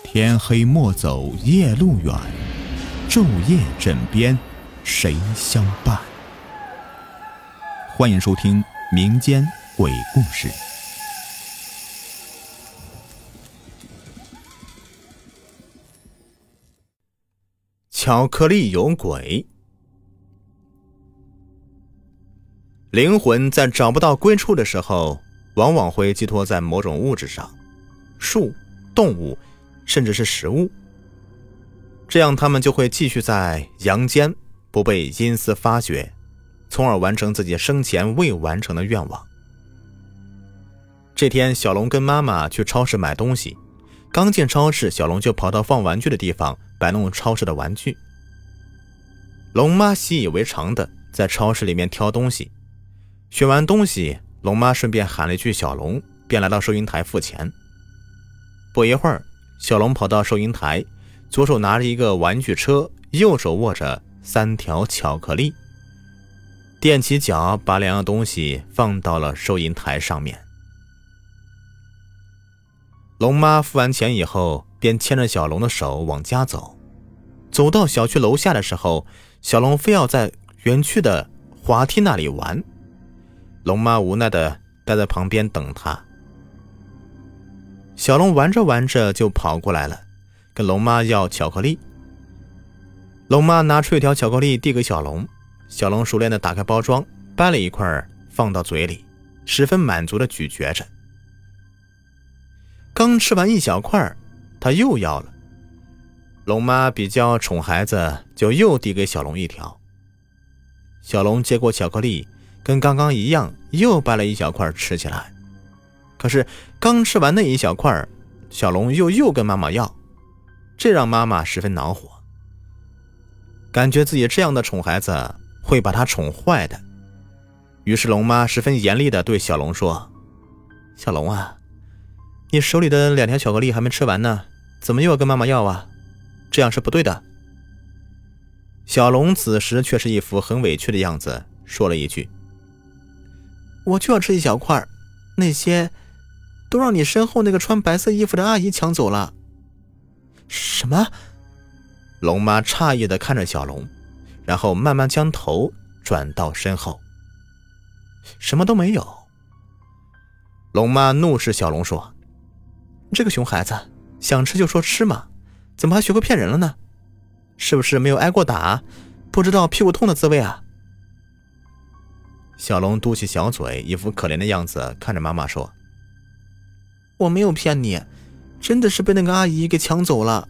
天黑莫走夜路远，昼夜枕边谁相伴？欢迎收听民间鬼故事。巧克力有鬼。灵魂在找不到归处的时候，往往会寄托在某种物质上，树、动物，甚至是食物。这样他们就会继续在阳间，不被阴司发觉，从而完成自己生前未完成的愿望。这天，小龙跟妈妈去超市买东西，刚进超市，小龙就跑到放玩具的地方摆弄超市的玩具。龙妈习以为常的在超市里面挑东西，选完东西，龙妈顺便喊了一句小龙，便来到收银台付钱。不一会儿，小龙跑到收银台，左手拿着一个玩具车，右手握着3条巧克力，踮起脚把2样东西放到了收银台上面。龙妈付完钱以后，便牵着小龙的手往家走。走到小区楼下的时候，小龙非要在园区的滑梯那里玩，龙妈无奈地待在旁边等他。小龙玩着玩着就跑过来了，跟龙妈要巧克力。龙妈拿出一条巧克力递给小龙，小龙熟练地打开包装，掰了一块放到嘴里，十分满足地咀嚼着。刚吃完一小块，他又要了。龙妈比较宠孩子，就又递给小龙一条。小龙接过巧克力，跟刚刚一样，又掰了一小块吃起来。可是刚吃完那一小块，小龙又跟妈妈要，这让妈妈十分恼火，感觉自己这样的宠孩子会把他宠坏的。于是龙妈十分严厉地对小龙说：小龙啊，你手里的2条巧克力还没吃完呢，怎么又要跟妈妈要啊？这样是不对的。小龙此时却是一副很委屈的样子，说了一句：我就要吃一小块，那些都让你身后那个穿白色衣服的阿姨抢走了。什么？龙妈诧异地看着小龙，然后慢慢将头转到身后。什么都没有。龙妈怒视小龙说：这个熊孩子，想吃就说吃嘛，怎么还学会骗人了呢？是不是没有挨过打，不知道屁股痛的滋味啊？小龙嘟起小嘴，一副可怜的样子，看着妈妈说：我没有骗你，真的是被那个阿姨给抢走了。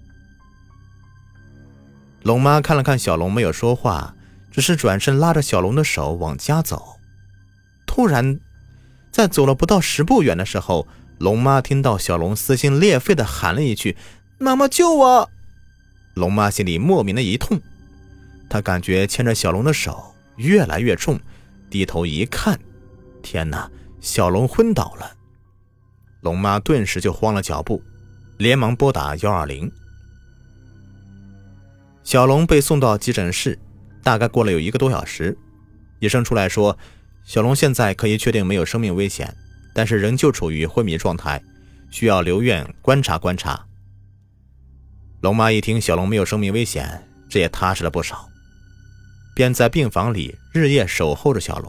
龙妈看了看小龙，没有说话，只是转身拉着小龙的手往家走。突然在走了不到10步远的时候，龙妈听到小龙撕心裂肺地喊了一句：妈妈救我！龙妈心里莫名的一痛，她感觉牵着小龙的手越来越重，低头一看，天哪，小龙昏倒了。龙妈顿时就慌了脚步，连忙拨打120。小龙被送到急诊室，大概过了有1个多小时，医生出来说，小龙现在可以确定没有生命危险，但是仍旧处于昏迷状态，需要留院观察观察。龙妈一听小龙没有生命危险，这也踏实了不少，便在病房里日夜守候着小龙。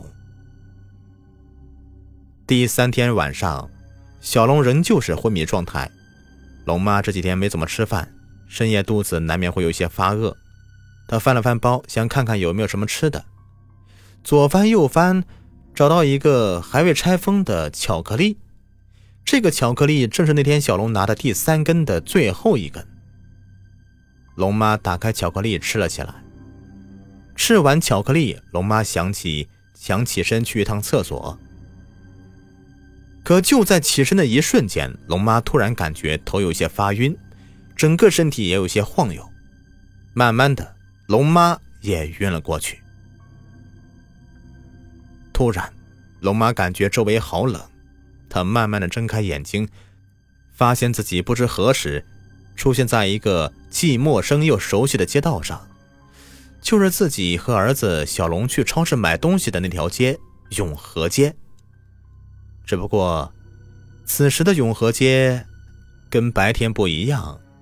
第3天晚上，小龙仍旧是昏迷状态。龙妈这几天没怎么吃饭，深夜肚子难免会有些发饿，她翻了翻包，想看看有没有什么吃的。左翻右翻，找到一个还未拆封的巧克力。这个巧克力正是那天小龙拿的第3根的最后一根。龙妈打开巧克力吃了起来。吃完巧克力，龙妈想起身去一趟厕所。可就在起身的一瞬间，龙妈突然感觉头有些发晕，整个身体也有些晃悠。慢慢的，龙妈也晕了过去。突然，龙妈感觉周围好冷，她慢慢的睁开眼睛，发现自己不知何时出现在一个既陌生又熟悉的街道上，就是自己和儿子小龙去超市买东西的那条街，永和街。只不过此时的永和街跟白天不一样，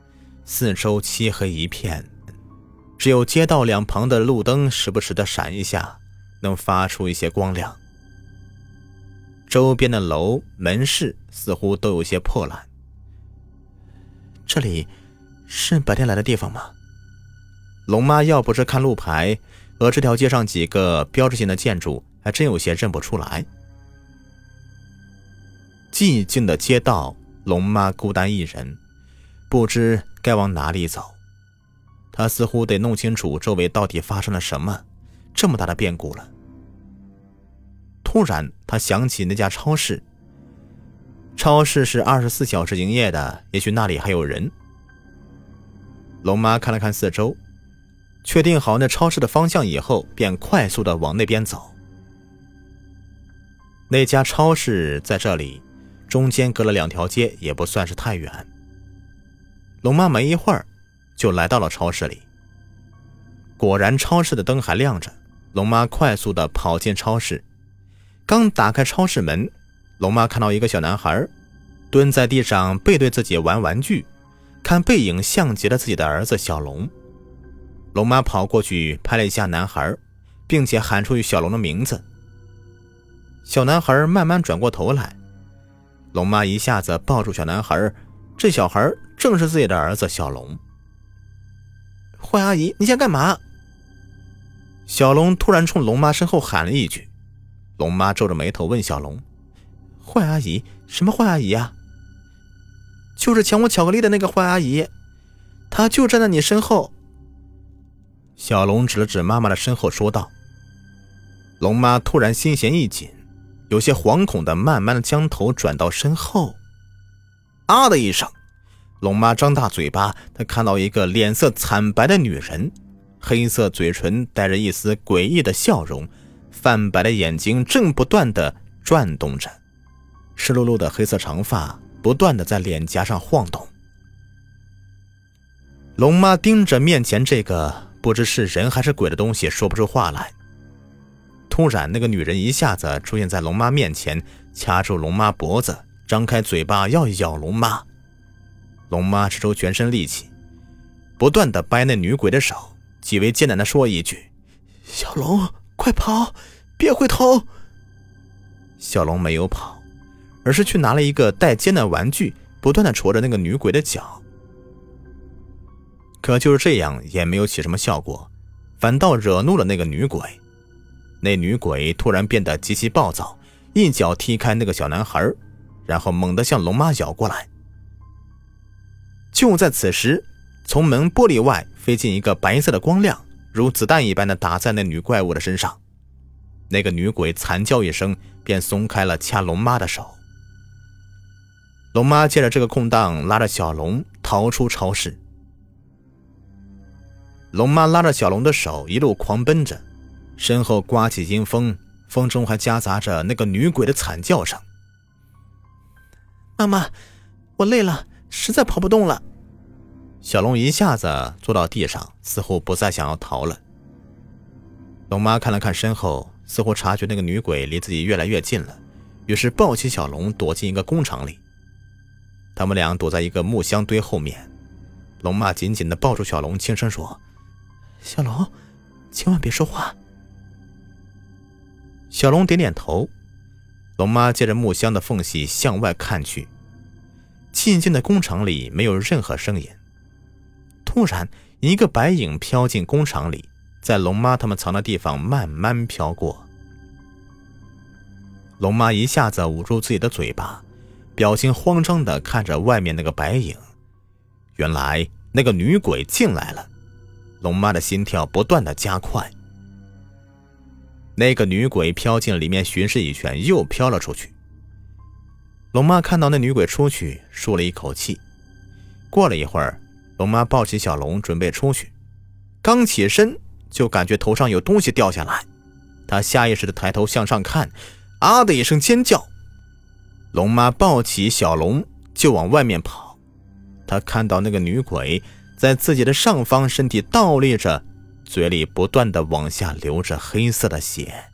四周漆黑一片，只有街道两旁的路灯时不时地闪一下，能发出一些光亮。周边的楼门市似乎都有些破烂。这里是白天来的地方吗？龙妈要不是看路牌和这条街上几个标志性的建筑，还真有些认不出来。寂静的街道，龙妈孤单一人，不知该往哪里走。她似乎得弄清楚周围到底发生了什么，这么大的变故了。突然她想起那家超市，超市是24小时营业的，也许那里还有人。龙妈看了看四周，确定好那超市的方向以后，便快速地往那边走。那家超市在这里，中间隔了2条街，也不算是太远。龙妈没一会儿就来到了超市里。果然超市的灯还亮着，龙妈快速地跑进超市。刚打开超市门，龙妈看到一个小男孩蹲在地上背对自己玩玩具，看背影像极了自己的儿子小龙。龙妈跑过去拍了一下男孩，并且喊出小龙的名字。小男孩慢慢转过头来，龙妈一下子抱住小男孩，这小孩正是自己的儿子小龙。坏阿姨，你想干嘛？小龙突然冲龙妈身后喊了一句。龙妈皱着眉头问小龙，坏阿姨？什么坏阿姨啊？就是抢我巧克力的那个坏阿姨，她就站在你身后。小龙指了指妈妈的身后说道。龙妈突然心弦一紧，有些惶恐的慢慢的将头转到身后。啊的一声，龙妈张大嘴巴，她看到一个脸色惨白的女人，黑色嘴唇带着一丝诡异的笑容，泛白的眼睛正不断地转动着，湿漉漉的黑色长发不断地在脸颊上晃动。龙妈盯着面前这个不知是人还是鬼的东西，说不出话来。突然那个女人一下子出现在龙妈面前，掐住龙妈脖子，张开嘴巴要咬龙妈。龙妈使出全身力气，不断地掰那女鬼的手，极为艰难地说一句，小龙快跑，别回头。小龙没有跑，而是去拿了一个带尖的玩具，不断地戳着那个女鬼的脚。可就是这样也没有起什么效果，反倒惹怒了那个女鬼。那女鬼突然变得极其暴躁，一脚踢开那个小男孩，然后猛地向龙妈咬过来。就在此时，从门玻璃外飞进一个白色的光亮，如子弹一般的打在那女怪物的身上。那个女鬼惨叫一声，便松开了掐龙妈的手。龙妈借着这个空档拉着小龙逃出超市。龙妈拉着小龙的手一路狂奔着，身后刮起阴风，风中还夹杂着那个女鬼的惨叫声。妈妈，我累了，实在跑不动了。小龙一下子坐到地上，似乎不再想要逃了。龙妈看了看身后，似乎察觉那个女鬼离自己越来越近了，于是抱起小龙躲进一个工厂里。他们俩躲在一个木箱堆后面，龙妈紧紧地抱住小龙，轻声说，小龙千万别说话。小龙点点头。龙妈借着木箱的缝隙向外看去，寂静的工厂里没有任何声音。突然一个白影飘进工厂里，在龙妈他们藏的地方慢慢飘过。龙妈一下子捂住自己的嘴巴，表情慌张地看着外面那个白影。原来那个女鬼进来了。龙妈的心跳不断地加快。那个女鬼飘进里面巡视一圈，又飘了出去。龙妈看到那女鬼出去，舒了一口气。过了一会儿，龙妈抱起小龙准备出去，刚起身就感觉头上有东西掉下来。她下意识地抬头向上看，啊的一声尖叫。龙妈抱起小龙就往外面跑。她看到那个女鬼在自己的上方，身体倒立着，嘴里不断地往下流着黑色的血。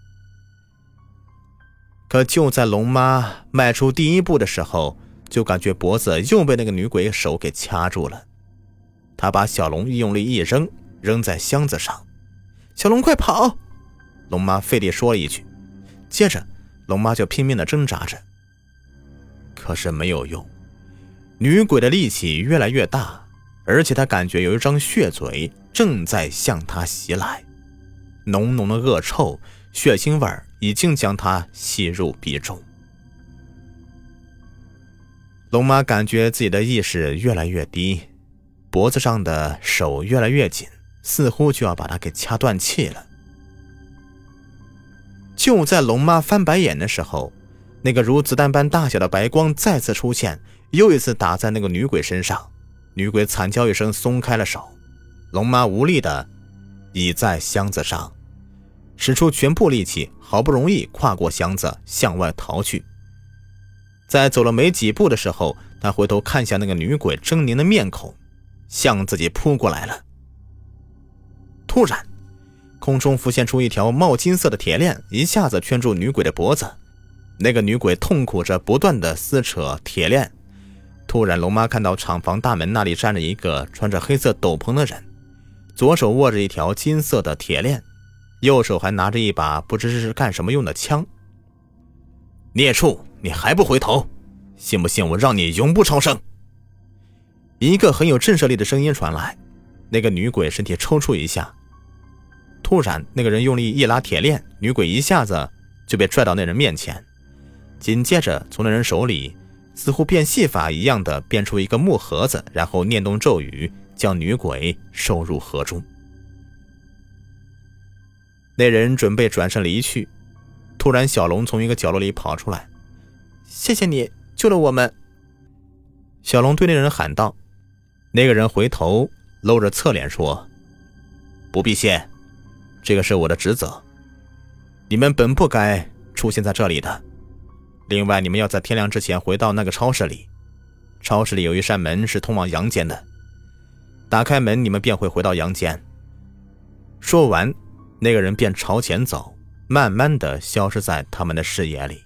可就在龙妈迈出第一步的时候，就感觉脖子又被那个女鬼手给掐住了。 他把小龙用力一扔，扔在箱子上。小龙快跑！龙妈费力说了一句，接着龙妈就拼命地挣扎着，可是没有用。女鬼的力气越来越大，而且她感觉有一张血嘴正在向她袭来，浓浓的恶臭、血腥味已经将她吸入鼻中。龙妈感觉自己的意识越来越低，脖子上的手越来越紧，似乎就要把她给掐断气了。就在龙妈翻白眼的时候，那个如子弹般大小的白光再次出现，又一次打在那个女鬼身上。女鬼惨叫一声，松开了手。龙妈无力地倚在箱子上，使出全部力气，好不容易跨过箱子向外逃去。在走了没几步的时候，她回头看向那个女鬼狰狞的面孔，向自己扑过来了。突然空中浮现出一条冒金色的铁链，一下子圈住女鬼的脖子。那个女鬼痛苦着，不断地撕扯铁链。突然龙妈看到厂房大门那里站着一个穿着黑色斗篷的人，左手握着一条金色的铁链，右手还拿着一把不知是干什么用的枪。孽畜，你还不回头？信不信我让你永不超生？一个很有震慑力的声音传来。那个女鬼身体抽搐一下，突然那个人用力一拉铁链，女鬼一下子就被拽到那人面前，紧接着从那人手里似乎变戏法一样的变出一个木盒子，然后念动咒语，将女鬼收入盒中。那人准备转身离去，突然小龙从一个角落里跑出来。谢谢你救了我们，小龙对那人喊道。那个人回头露着侧脸说，不必谢，这个是我的职责，你们本不该出现在这里的。另外你们要在天亮之前回到那个超市里，超市里有一扇门是通往阳间的，打开门你们便会回到阳间。说完那个人便朝前走，慢慢地消失在他们的视野里。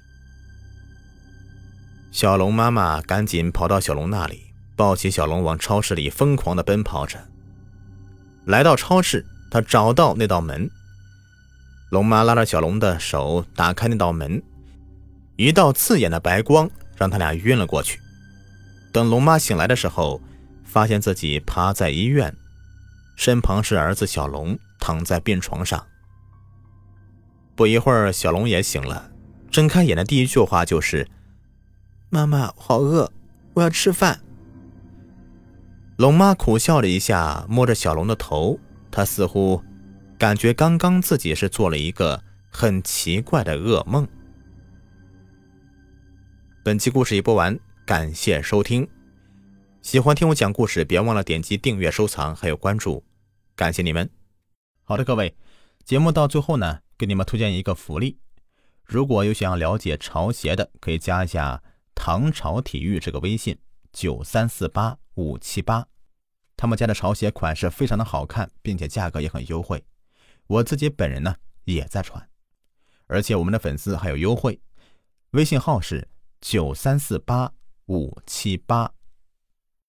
小龙妈妈赶紧跑到小龙那里，抱起小龙往超市里疯狂地奔跑着。来到超市，她找到那道门，龙妈拉着小龙的手打开那道门，一道刺眼的白光让他俩晕了过去。等龙妈醒来的时候，发现自己趴在医院，身旁是儿子小龙躺在病床上。不一会儿小龙也醒了，睁开眼的第一句话就是妈妈好饿，我要吃饭。龙妈苦笑了一下，摸着小龙的头，她似乎感觉刚刚自己是做了一个很奇怪的噩梦。本期故事已播完，感谢收听。喜欢听我讲故事，别忘了点击订阅、收藏还有关注，感谢你们。好的各位，节目到最后呢，给你们推荐一个福利，如果有想要了解潮鞋的，可以加一下唐朝体育这个微信9348578，他们家的潮鞋款式非常的好看，并且价格也很优惠，我自己本人呢也在穿，而且我们的粉丝还有优惠，微信号是9348578。